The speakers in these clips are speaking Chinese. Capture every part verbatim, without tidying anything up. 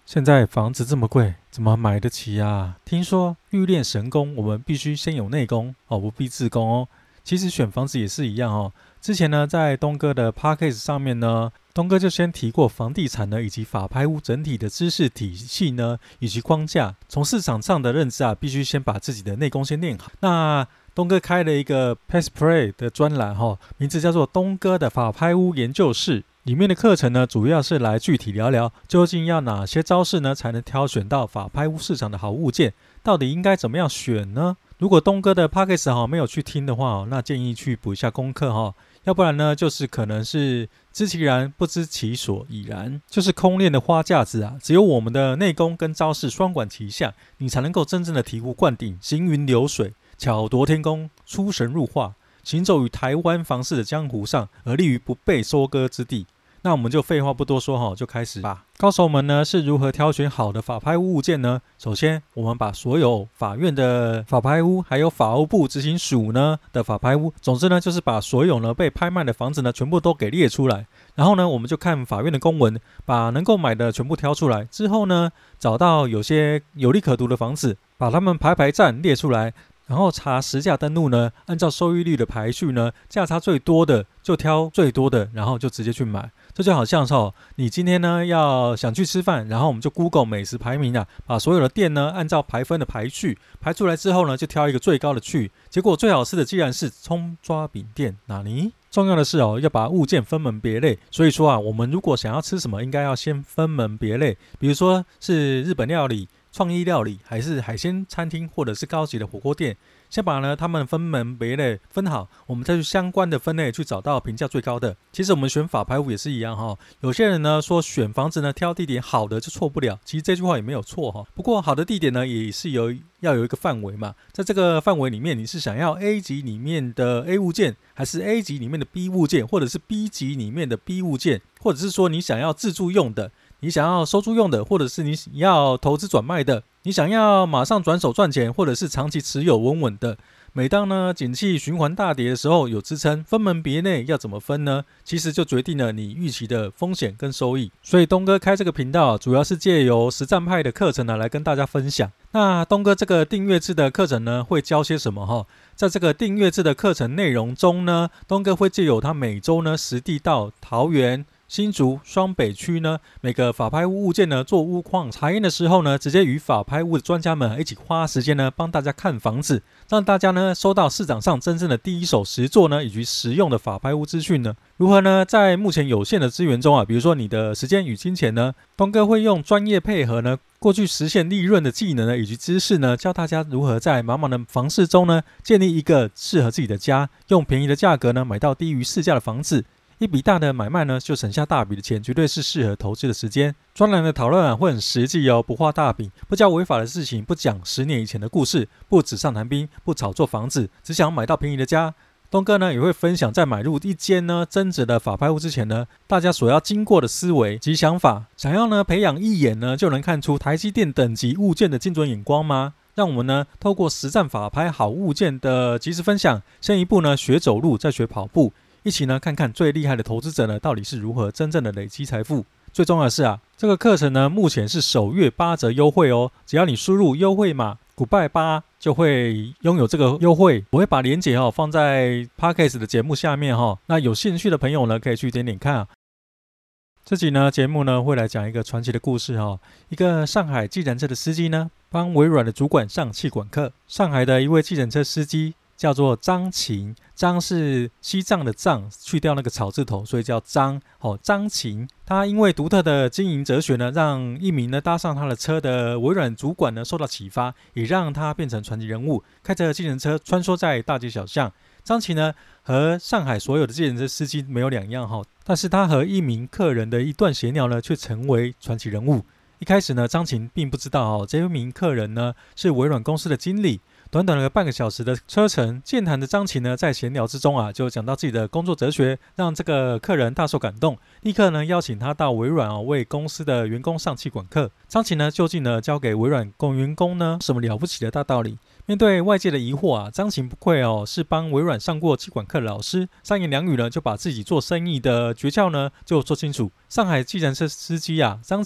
现在房子这么贵，怎么买得起啊？听说欲练神功，我们必须先有内功哦，不必自宫哦。其实选房子也是一样哦。之前呢，在东哥的 Podcast 上面呢，东哥就先提过房地产呢，以及法拍屋整体的知识体系呢，以及框架。从市场上的认知啊，必须先把自己的内功先练好。那东哥开了一个 Pass Play 的专栏哈、哦，名字叫做东哥的法拍屋研究室。里面的课程呢，主要是来具体聊聊究竟要哪些招式呢，才能挑选到法拍屋市场的好物件，到底应该怎么样选呢？如果东哥的 Podcast 哈没有去听的话，那建议去补一下功课哈，要不然呢，就是可能是知其然不知其所以然，就是空练的花架子啊。只有我们的内功跟招式双管齐下，你才能够真正的醍醐灌顶，行云流水，巧夺天工，出神入化，行走于台湾房市的江湖上，而立于不被收割之地。那我们就废话不多说，就开始吧。高手们呢是如何挑选好的法拍屋物件呢？首先，我们把所有法院的法拍屋，还有法务部执行署呢的法拍屋，总之呢就是把所有呢被拍卖的房子呢全部都给列出来。然后呢，我们就看法院的公文，把能够买的全部挑出来。之后呢，找到有些有利可图的房子，把它们排排站列出来。然后查实价登录呢，按照收益率的排序呢，价差最多的就挑最多的，然后就直接去买。这就好像是哦，你今天呢要想去吃饭，然后我们就 Google 美食排名啊，把所有的店呢按照排分的排序排出来之后呢，就挑一个最高的去。结果最好吃的既然是葱抓饼店，哪里？重要的是哦，要把物件分门别类。所以说啊，我们如果想要吃什么，应该要先分门别类。比如说是日本料理、创意料理，还是海鲜餐厅，或者是高级的火锅店，先把呢他们分门别类分好，我们再去相关的分类去找到评价最高的。其实我们选法拍屋也是一样哈，有些人呢说选房子呢挑地点好的就错不了，其实这句话也没有错哈。不过好的地点呢也是有要有一个范围嘛，在这个范围里面，你是想要 A 级里面的 A 物件，还是 A 级里面的 B 物件，或者是 B 级里面的 B 物件，或者是说你想要自住用的，你想要收租用的，或者是你要投资转卖的，你想要马上转手赚钱，或者是长期持有稳稳的。每当呢景气循环大跌的时候有支撑，分门别类要怎么分呢？其实就决定了你预期的风险跟收益。所以东哥开这个频道、啊、主要是借由实战派的课程呢来跟大家分享。那东哥这个订阅制的课程呢会教些什么哈？在这个订阅制的课程内容中呢，东哥会借由他每周呢实地到桃园、新竹、双北区呢，每个法拍屋物件呢做屋况查验的时候呢，直接与法拍屋的专家们一起花时间呢，帮大家看房子，让大家呢收到市场上真正的第一手实作呢，以及实用的法拍屋资讯呢。如何呢？在目前有限的资源中啊，比如说你的时间与金钱呢，东哥会用专业配合呢，过去实现利润的技能呢，以及知识呢，教大家如何在茫茫的房市中呢，建立一个适合自己的家，用便宜的价格呢，买到低于市价的房子。一笔大的买卖呢，就省下大笔的钱，绝对是适合投资的时间。专栏的讨论啊，会很实际哦，不画大饼，不教违法的事情，不讲十年以前的故事，不纸上谈兵，不炒作房子，只想买到便宜的家。东哥呢也会分享在买入一间呢增值的法拍屋之前呢，大家所要经过的思维及想法。想要呢培养一眼呢就能看出台积电等级物件的精准眼光吗？让我们呢透过实战法拍好物件的即时分享，先一步呢学走路，再学跑步。一起呢看看最厉害的投资者呢到底是如何真正的累积财富。最重要的是啊，这个课程呢目前是首月八折优惠哦，只要你输入优惠码 Goodbye 八就会拥有这个优惠。我会把链接、哦、放在 Podcast 的节目下面、哦、那有兴趣的朋友呢可以去点点看啊。这集呢节目呢会来讲一个传奇的故事、哦、一个上海计程车的司机呢帮微软的主管上气管课。上海的一位计程车司机叫做张琴，张是西藏的藏，去掉那个草字头，所以叫张。哦，张琴，他因为独特的经营哲学呢，让一名呢搭上他的车的微软主管呢受到启发，也让他变成传奇人物，开着计程车穿梭在大街小巷。张琴呢和上海所有的计程车司机没有两样哈，但是他和一名客人的一段闲聊呢，却成为传奇人物。一开始呢，张琴并不知道哦，这一名客人呢是微软公司的经理。短短的半个小时的车程，健谈的张琴呢，在闲聊之中啊，就讲到自己的工作哲学，让这个客人大受感动，立刻呢邀请他到微软啊，为公司的员工上气管课。张琴呢，究竟呢教给微软工员工呢什么了不起的大道理？面对外界的疑惑啊，张琴不愧哦是帮微软上过气管课的老师，三言两语呢就把自己做生意的诀窍呢就说清楚。上海计程车司机啊，张琴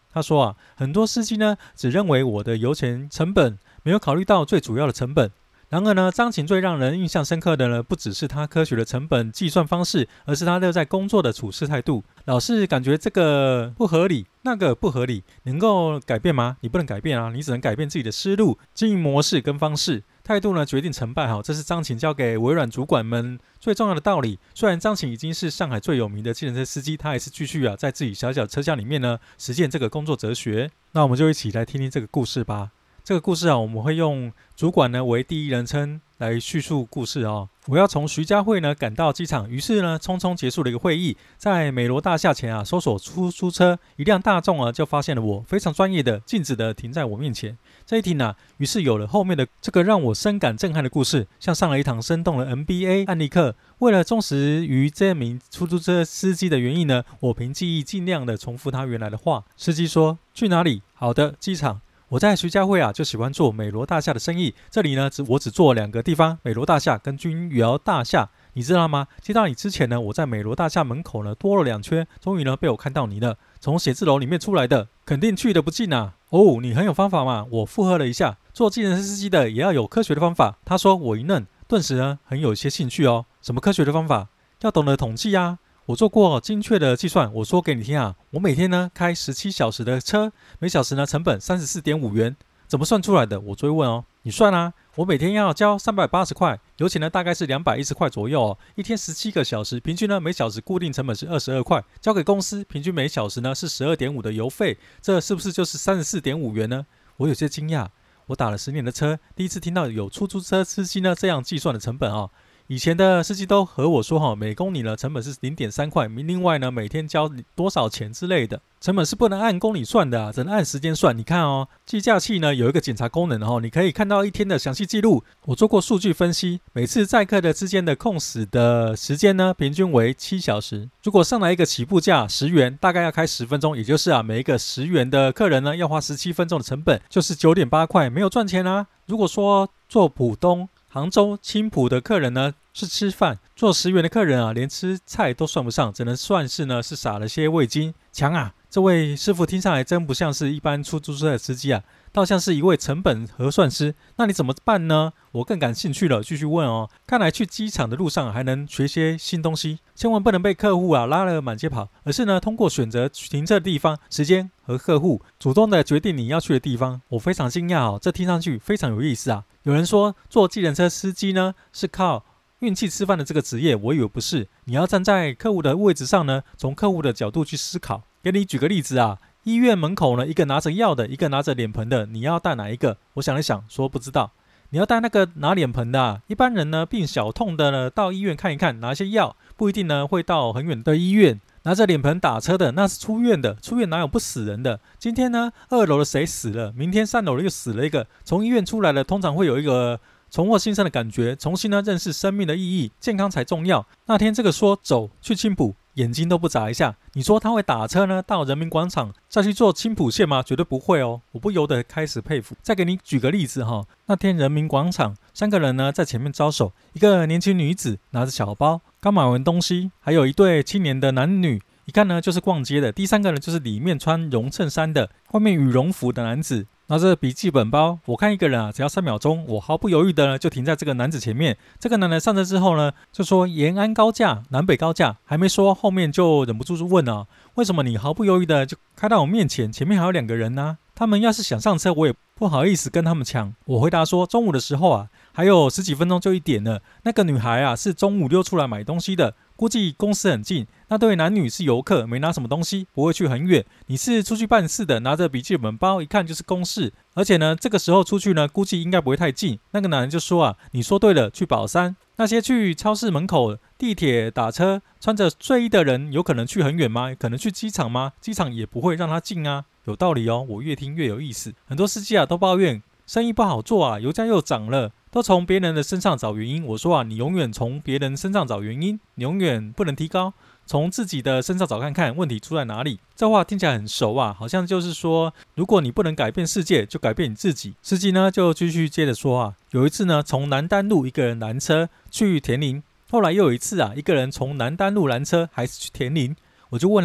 他说啊，很多司机呢只认为我的油钱成本，没有考虑到最主要的成本。然而呢，张晴最让人印象深刻的呢，不只是他科学的成本计算方式，而是他乐在工作的处事态度。老是感觉这个不合理，那个不合理，能够改变吗？你不能改变啊，你只能改变自己的思路、经营模式跟方式。态度呢决定成败哈，这是张晴教给微软主管们最重要的道理。虽然张晴已经是上海最有名的计程车司机，他还是继续啊在自己小小车厢里面呢实践这个工作哲学。那我们就一起来听听这个故事吧。这个故事啊，我们会用主管呢为第一人称来叙述故事哦。我要从徐家汇呢赶到机场，于是呢匆匆结束了一个会议，在美罗大厦前啊搜索出租车，一辆大众啊就发现了我，非常专业的径直的停在我面前。这一停啊，于是有了后面的这个让我深感震撼的故事，像上了一堂生动的 M B A 案例课。为了忠实于这名出租车司机的原因呢，我凭记忆尽量的重复他原来的话。司机说：“去哪里？”好的，机场。我在徐家汇啊，就喜欢做美罗大厦的生意。这里呢，只我只做两个地方，美罗大厦跟君瑶大厦。你知道吗？接到你之前呢，我在美罗大厦门口呢多了两圈，终于呢被我看到你了。从写字楼里面出来的，肯定去得不近啊。哦，你很有方法嘛。我附和了一下，做计程车司机的也要有科学的方法。他说，我一愣，顿时呢很有一些兴趣哦。什么科学的方法？要懂得统计啊。我做过精确的计算，我说给你听啊，我每天呢开十七小时的车，每小时呢成本 三十四点五元，怎么算出来的？我追问哦，你算啊，我每天要交三百八十块，油钱呢大概是两百一十块左右哦，一天十七个小时，平均呢每小时固定成本是二十二块，交给公司平均每小时呢是 十二点五的油费，这是不是就是 三十四点五元呢？我有些惊讶，我打了十年的车，第一次听到有出租车司机呢这样计算的成本哦。以前的司机都和我说哈，每公里呢成本是 零点三块，另外呢每天交多少钱之类的，成本是不能按公里算的啊，只能按时间算。你看哦，计价器呢有一个检查功能哦，你可以看到一天的详细记录。我做过数据分析，每次载客的之间的空驶的时间呢平均为七小时。如果上来一个起步价十元，大概要开十分钟，也就是啊每一个十元的客人呢要花十七分钟的成本，就是 九点八块，没有赚钱啊。如果说做浦东、杭州、青浦的客人呢是吃饭，做十元的客人啊连吃菜都算不上，只能算是呢是撒了些味精。强啊，这位师傅听上来真不像是一般出租车的司机啊，倒像是一位成本核算师。那你怎么办呢？我更感兴趣了，继续问哦。看来去机场的路上还能学些新东西，千万不能被客户啊拉了满街跑，而是呢通过选择停车的地方、时间和客户，主动的决定你要去的地方。我非常惊讶哦，这听上去非常有意思啊。有人说做计程车司机呢是靠运气吃饭的这个职业，我以为不是。你要站在客户的位置上呢，从客户的角度去思考。给你举个例子啊，医院门口呢，一个拿着药的，一个拿着脸盆的，你要带哪一个？我想了想，说不知道。你要带那个拿脸盆的啊。一般人呢，病小痛的呢，到医院看一看，拿些药，不一定呢会到很远的医院。拿着脸盆打车的，那是出院的，出院哪有不死人的？今天呢，二楼的谁死了？明天三楼的又死了一个。从医院出来了，通常会有一个重获新生的感觉，重新呢认识生命的意义，健康才重要。那天这个说走去青浦，眼睛都不眨一下。你说他会打车呢到人民广场再去做青浦线吗？绝对不会哦。我不由得开始佩服。再给你举个例子哈，那天人民广场三个人呢在前面招手，一个年轻女子拿着小包刚买完东西，还有一对青年的男女，一看呢就是逛街的。第三个人就是里面穿绒衬衫的，外面羽绒服的男子，拿着笔记本包。我看一个人啊只要三秒钟，我毫不犹豫的呢就停在这个男子前面。这个男人上车之后呢就说延安高架、南北高架，还没说后面就忍不住问啊，为什么你毫不犹豫的就开到我面前？前面还有两个人呢、啊，他们要是想上车，我也不好意思跟他们抢。我回答说，中午的时候啊还有十几分钟就一点了。那个女孩啊是中午溜出来买东西的，估计公司很近。那对男女是游客，没拿什么东西，不会去很远。你是出去办事的，拿着笔记本包，一看就是公事。而且呢，这个时候出去呢，估计应该不会太近。那个男人就说啊，你说对了，去宝山。那些去超市门口、地铁打车、穿着睡衣的人，有可能去很远吗？可能去机场吗？机场也不会让他进啊。有道理哦，我越听越有意思。很多司机啊都抱怨生意不好做啊，油价又涨了，都从别人的身上找原因。我说啊，你永远从别人身上找原因，你永远不能提高，从自己的身上找看看问题出在哪里。这话听起来很熟啊，好像就是说，如果你不能改变世界，就改变你自己。司机呢就继续接着说啊，有一次呢，从南丹路一个人拦车去田林，后来又有一次啊，一个人从南丹路拦车还是去田林。我就问啦、啊，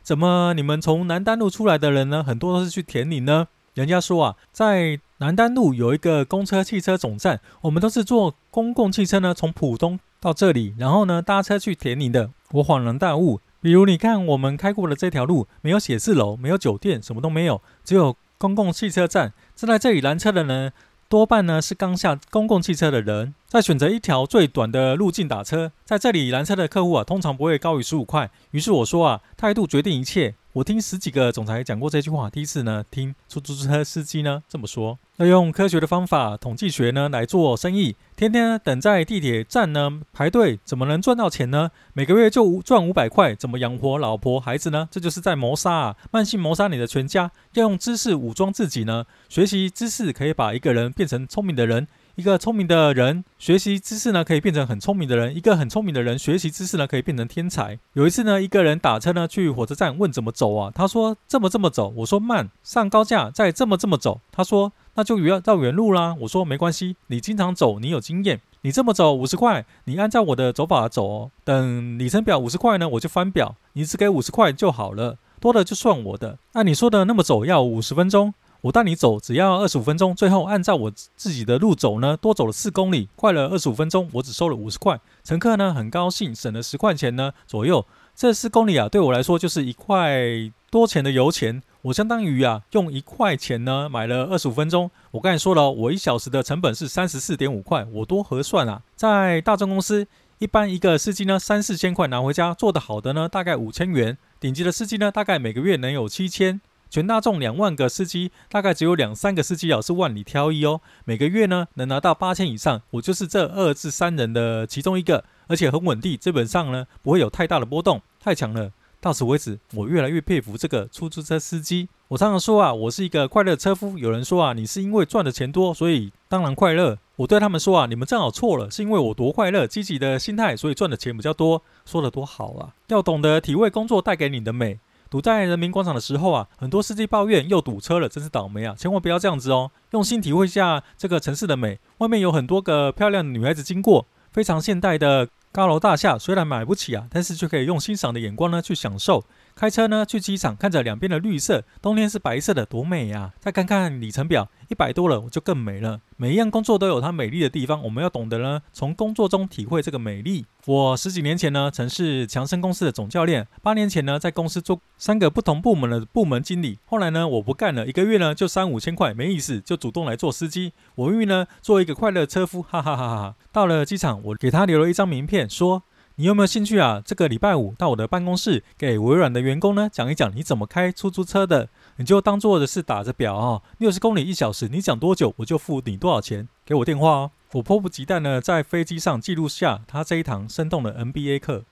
怎么你们从南丹路出来的人呢，很多都是去田里呢？人家说啊，在南丹路有一个公车汽车总站，我们都是坐公共汽车呢，从浦东到这里，然后呢搭车去田里的。我恍然大悟，比如你看我们开过的这条路，没有写字楼，没有酒店，什么都没有，只有公共汽车站。站在这里拦车的呢，多半呢是刚下公共汽车的人，在选择一条最短的路径打车。在这里拦车的客户啊，通常不会高于十五块。于是我说啊，态度决定一切。我听十几个总裁讲过这句话，第一次呢听出租车司机呢这么说。要用科学的方法，统计学呢来做生意，天天呢等在地铁站呢排队，怎么能赚到钱呢？每个月就赚五百块，怎么养活老婆孩子呢？这就是在谋杀啊，慢性谋杀你的全家。要用知识武装自己呢，学习知识可以把一个人变成聪明的人。一个聪明的人学习知识呢，可以变成很聪明的人；一个很聪明的人学习知识呢，可以变成天才。有一次呢，一个人打车呢去火车站，问怎么走啊？他说这么这么走。我说慢，上高架再这么这么走。他说那就绕远路啦。我说没关系，你经常走，你有经验，你这么走五十块，你按照我的走法走哦。等里程表五十块呢，我就翻表，你只给五十块就好了，多的就算我的。按你说的那么走要五十分钟。我带你走只要二十五分钟，最后按照我自己的路走呢，多走了四公里，快了二十五分钟，我只收了五十块。乘客呢很高兴，省了十块钱呢左右。这四公里啊，对我来说就是一块多钱的油钱。我相当于啊用一块钱呢买了二十五分钟。我刚才说了，我一小时的成本是三十四点五块，我多合算啊！在大众公司，一般一个司机呢三四千块拿回家，做得好的呢大概五千元，顶级的司机呢大概每个月能有七千。全大众两万个司机，大概只有两三个司机啊是万里挑一哦。每个月呢能拿到八千以上，我就是这二至三人的其中一个，而且很稳定，基本上呢不会有太大的波动，太强了。到此为止，我越来越佩服这个出租车司机。我常常说啊，我是一个快乐车夫。有人说啊，你是因为赚的钱多，所以当然快乐。我对他们说啊，你们正好错了，是因为我多快乐，积极的心态，所以赚的钱比较多。说得多好啊！要懂得体会工作带给你的美。堵在人民广场的时候啊，很多司机抱怨又堵车了，真是倒霉啊！千万不要这样子哦，用心体会一下这个城市的美。外面有很多个漂亮的女孩子经过，非常现代的高楼大厦，虽然买不起啊，但是却可以用欣赏的眼光呢去享受。开车呢去机场，看着两边的绿色，冬天是白色的，多美啊！再看看里程表，一百多了，我就更美了。每一样工作都有它美丽的地方，我们要懂得呢，从工作中体会这个美丽。我十几年前呢，曾是强生公司的总教练，八年前呢，在公司做三个不同部门的部门经理。后来呢，我不干了，一个月呢就三五千块，没意思，就主动来做司机。我愿意呢做一个快乐车夫，哈哈哈哈！到了机场，我给他留了一张名片，说。你有没有兴趣啊？这个礼拜五到我的办公室，给微软的员工呢讲一讲你怎么开出租车的。你就当做的是打着表哦，六十公里一小时，你讲多久我就付你多少钱，给我电话哦。我迫不及待呢，在飞机上记录下他这一堂生动的 M B A 课。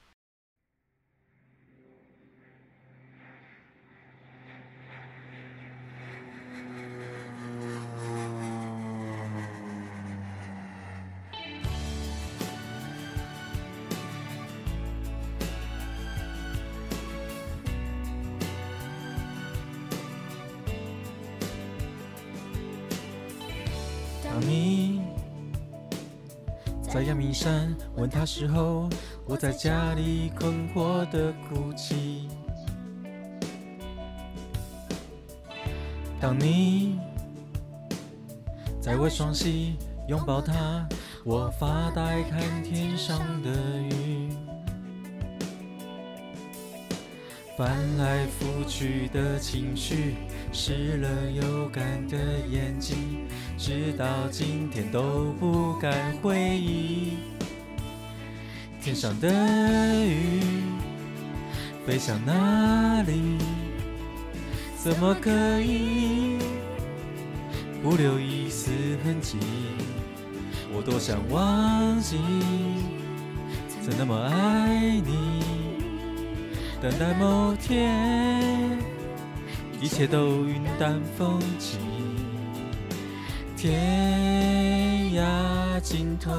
当你在阳明山问他时候，我在家里困惑的哭泣。当你在为双膝拥抱他，我发呆看天上的云，翻来覆去的情绪，湿了有感的眼睛，直到今天都不敢回忆。天上的雨飞向哪里？怎么可以不留一丝痕迹？我多想忘记，曾那么爱你，等待某天一切都云淡风轻。天涯尽头，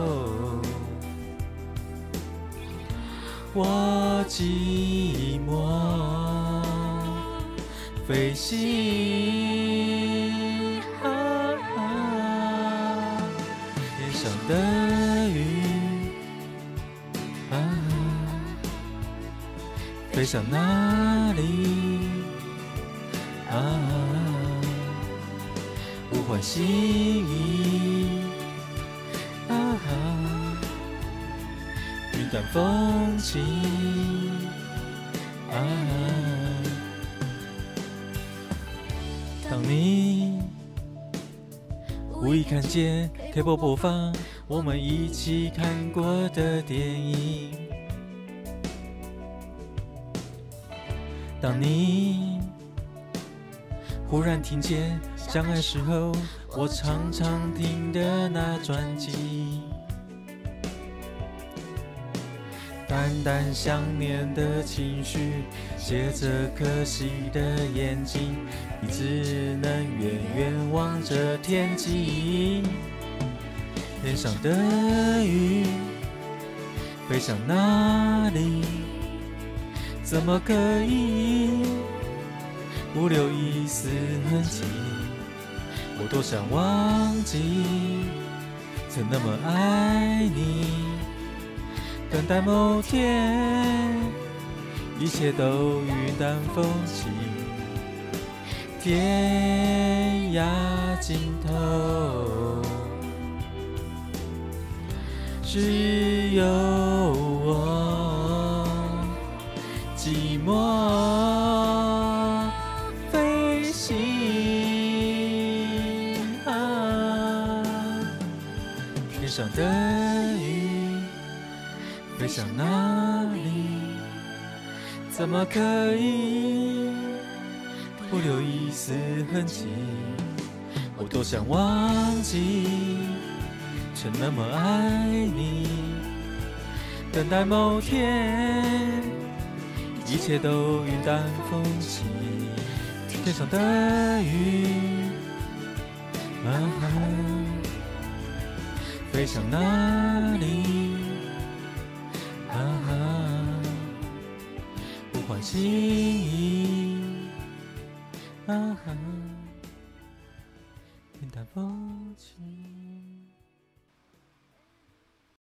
我寂寞飞行。啊啊，天上的云啊， 飞向哪里？啊，呼唤心意。啊，云淡风轻。啊，当你无意看见 K 播播放我们一起看过的电影，当你忽然听见相爱时候我常常听的那专辑，淡淡想念的情绪借着可惜的眼睛，你只能远远望着天际。天上的云飞向哪里？怎么可以不留一丝痕迹？我多想忘记曾那么爱你，等待某天一切都云淡风轻，天涯尽头只有我寂寞飞行。啊，天上的云飞向哪里？怎么可以不留一丝痕迹？我多想忘记曾那么爱你，等待某天一切都云淡风轻。天上的云啊，飞向哪里？啊，呼唤心意。啊，云淡风轻。